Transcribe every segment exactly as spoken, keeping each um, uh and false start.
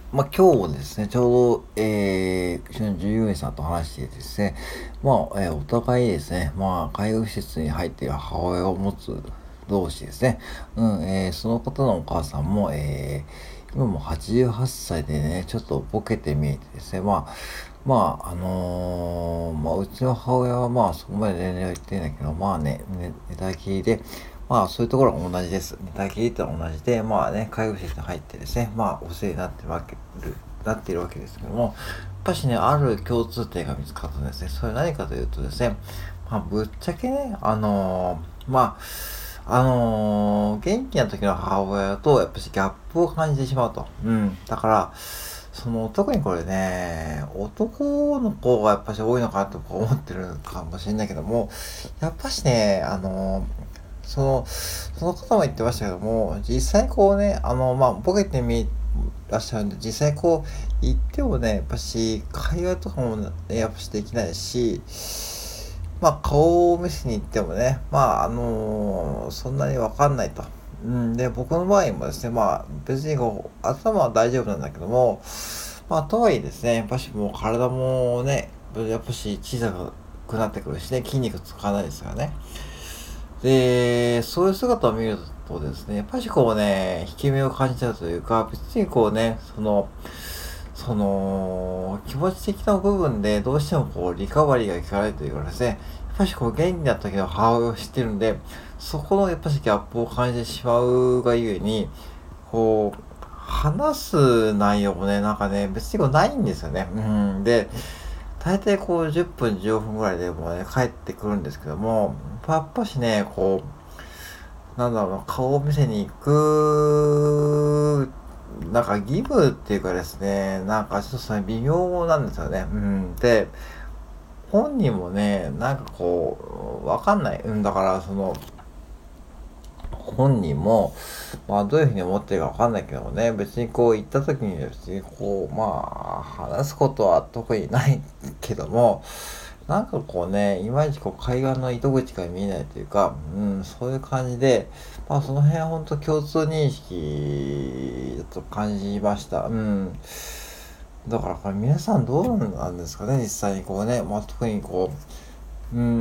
まあ、今日ですね、ちょうど、えー、うちの従業員さんと話してですね、まあ、えーお互いですね、まあ、介護施設に入っている母親を持つ同士ですね、うん、えーその方のお母さんも、えー今もはちじゅうはっさいでね、ちょっとボケて見えてですね、まあ、まあ、あのーまあ、うちの母親はまあ、そこまで年齢は言ってんだけど、まあね、ね寝たきりで、まあ、そういうところは同じです。寝たきりってのは同じで、まあね、介護施設に入ってですね、まあ、お世話になってるわけ、るなっているわけですけども、やっぱしね、ある共通点が見つかったんですね。それは何かというとですね、まあ、ぶっちゃけね、あのーまあ、あのー元気な時の母親と、やっぱしギャップを感じてしまうと。うん。だから、その、特にこれね、男の子がやっぱし多いのかなとか思ってるかもしれないけども、やっぱしね、あのーその、その方も言ってましたけども、実際こうね、あの、まあ、ボケてみらっしゃるんで、実際こう、言ってもね、やっぱし、会話とかもね、やっぱしできないし、まあ、顔を見せに行ってもね、まあ、あのーそんなにわかんないと。うん、で、僕の場合もですね、まあ、別にこう、頭は大丈夫なんだけども、まあ、とはいえですね、やっぱしもう体もね、やっぱし小さくなってくるしね、筋肉つかないですからね。で、そういう姿を見るとですね、やっぱしこうね、引け目を感じちゃうというか、別にこうね、その、その、気持ち的な部分でどうしてもこう、リカバリーが効かないというかですね、やっぱしこう、元気な時の母親を知ってるんで、そこのやっぱしギャップを感じてしまうがゆえに、こう、話す内容もね、なんかね、別にこうないんですよね。うん。で、大体こうじゅっぷん、じゅうごふんぐらいでもうね、帰ってくるんですけども、やっぱしね、こう、なんだろうな、顔を見せに行く、なんか義務っていうかですね、なんかちょっとそれ微妙なんですよね。うん。で、本人もね、なんかこう、わかんない。うん、だからその、本人も、まあどういうふうに思ってるかわかんないけどもね、別にこう行った時に別にこう、まあ話すことは特にないけども、なんかこうね、いまいちこう会話の糸口が見えないというか、うん、そういう感じで、まあその辺は本当共通認識だと感じました。うん。だからこれ皆さんどうなんですかね、実際にこうね、まあ特にこう、うん、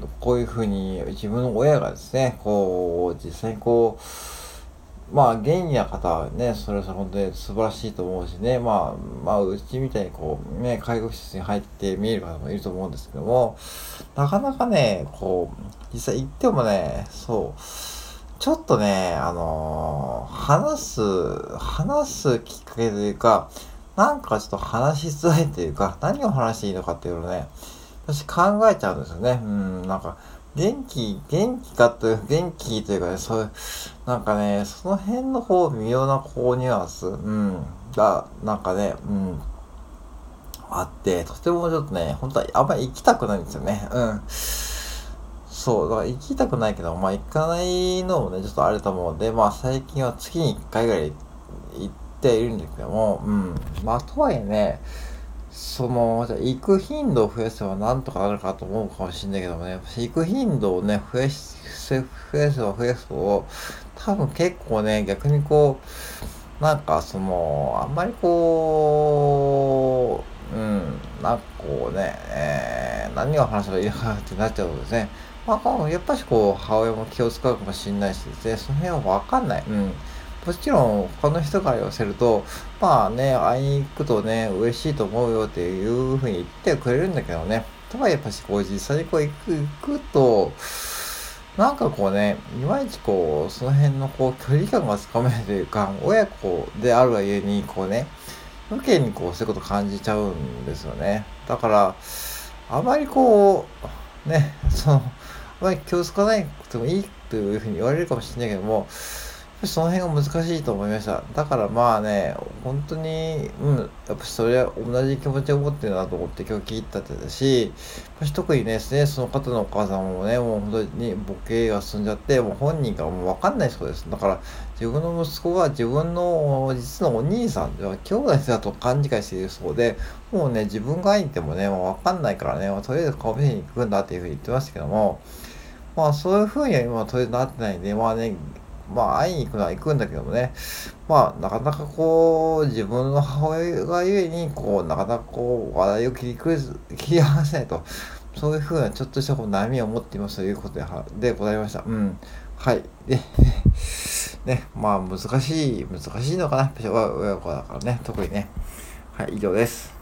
こういうふうに自分の親がですね、こう、実際にこう、まあ、元気な方はね、それはそれ本当に素晴らしいと思うしね、まあ、まあ、うちみたいにこう、ね、介護施設に入って見える方もいると思うんですけども、なかなかね、こう、実際行ってもね、そう、ちょっとね、あのー話す、話すきっかけというか、なんかちょっと話しづらいというか、何を話していいのかっていうのをね、私考えちゃうんですよね。うん、なんか、元気、元気かという、元気というかね、そういう、なんかね、その辺のこう、微妙なこう、ニュアンス、うん、が、なんかね、うん、あって、とてもちょっとね、本当はあんまり行きたくないんですよね。うん。そう、だから行きたくないけど、まあ行かないのもね、ちょっとあると思うんで、まあ最近は月にいっかいぐらい行っているんですけども、うん。まあとはいえね、その、じゃあ行く頻度を増やせばなんとかなるかと思うかもしれないけどもね、行く頻度をね、増やし、増やせば増やすと、多分結構ね、逆にこう、なんかその、あんまりこう、うん、なんかこうね、えー、何を話せばいいのかなってなっちゃうとですね、まあ、こうやっぱしこう、母親も気を使うかもしれないしですね、その辺はわかんない。うん。もちろん、他の人から言わせると、まあね、会いに行くとね、嬉しいと思うよっていうふうに言ってくれるんだけどね。とはやっぱしこう実際にこう行く、行くと、なんかこうね、いまいちこう、その辺のこう、距離感がつかめないというか、親子であるがゆえに、こうね、余計にこう、そういうこと感じちゃうんですよね。だから、あまりこう、ね、その、あまり気をつかないくてもいいというふうに言われるかもしれないけども、その辺が難しいと思いました。だからまあね、本当に、うん、やっぱそれは同じ気持ちを持ってるなと思って今日聞いたってたし、私特にねですね、その方のお母さんもね、もう本当にボケが進んじゃって、もう本人がもうわかんないそうです。だから自分の息子が自分の実のお兄さんでは兄弟だと勘違いしているそうで、もうね、自分が相手もね、もうわかんないからね、まあとりあえず顔見せに行くんだっていうふうに言ってましたけども、まあそういうふうには今はとりあえずなってないんで、まあね、 まあ、会いに行くのは行くんだけどもね、まあ、なかなかこう、自分の母親がゆえに、こう、なかなかこう、話題を切りくれず、切り離せないと、そういうふうなちょっとしたこう悩みを持っていますということではでございました。うん。はい。で、ね、まあ、難しい、難しいのかな。親子だからね、特にね。はい、以上です。